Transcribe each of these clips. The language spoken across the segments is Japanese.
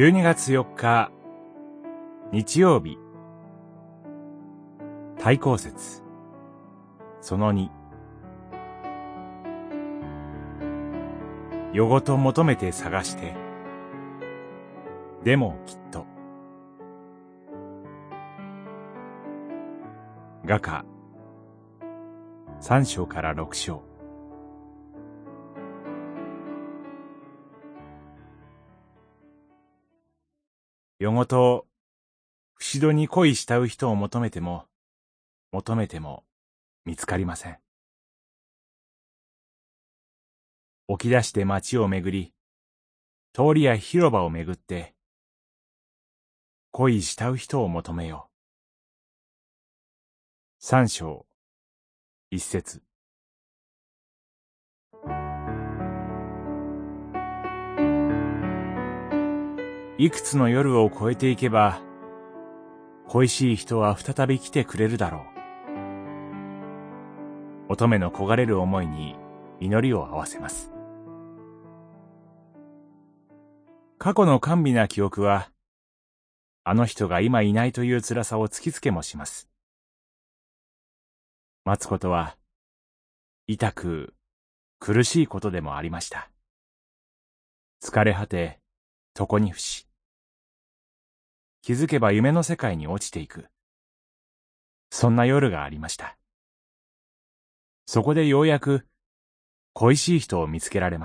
12月4日日曜日、対抗節その2、夜ごと求めて探して、でもきっと。画家3章から6章。夜ごと不死戸に恋したう人を求めても見つかりません。起き出して街をめぐり、通りや広場をめぐって、恋したう人を求めよう。3章1節。いくつの夜を越えていけば、恋しい人は再び来てくれるだろう。乙女の焦がれる思いに祈りを合わせます。過去の甘美な記憶は、あの人が今いないという辛さを突きつけもします。待つことは、痛く苦しいことでもありました。疲れ果て、床に伏し、気づけば夢の世界に落ちていく。そんな夜がありました。そこでようやく恋しい人を見つけられます。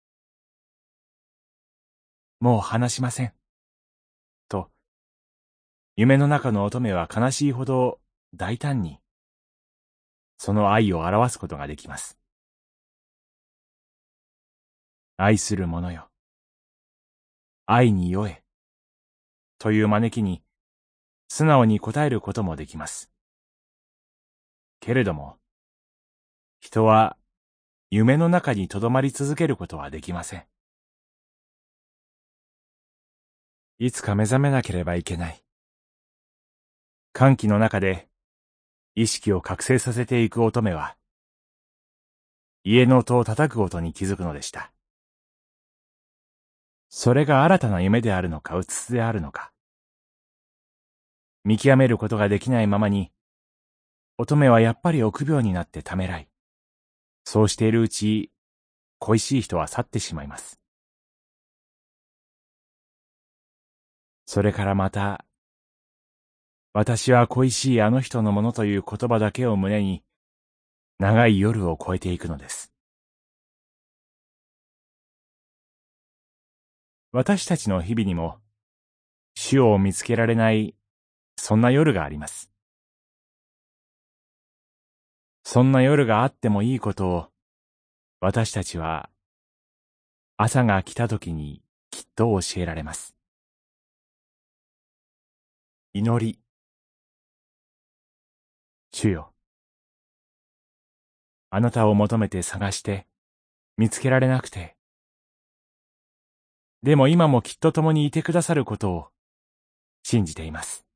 もう話しません。と、夢の中の乙女は悲しいほど大胆に、その愛を表すことができます。愛する者よ。愛に酔え。という招きに、素直に応えることもできます。けれども、人は夢の中に留まり続けることはできません。いつか目覚めなければいけない。歓喜の中で意識を覚醒させていく乙女は、家の戸を叩く音に気づくのでした。それが新たな夢であるのかうつつであるのか。見極めることができないままに、乙女はやっぱり臆病になってためらい、そうしているうち、恋しい人は去ってしまいます。それからまた、私は恋しいあの人のものという言葉だけを胸に、長い夜を越えていくのです。私たちの日々にも、主を見つけられない、そんな夜があります。そんな夜があってもいいことを、私たちは、朝が来た時にきっと教えられます。祈り。主よ。あなたを求めて探して、見つけられなくて。でも今もきっと共にいてくださることを信じています。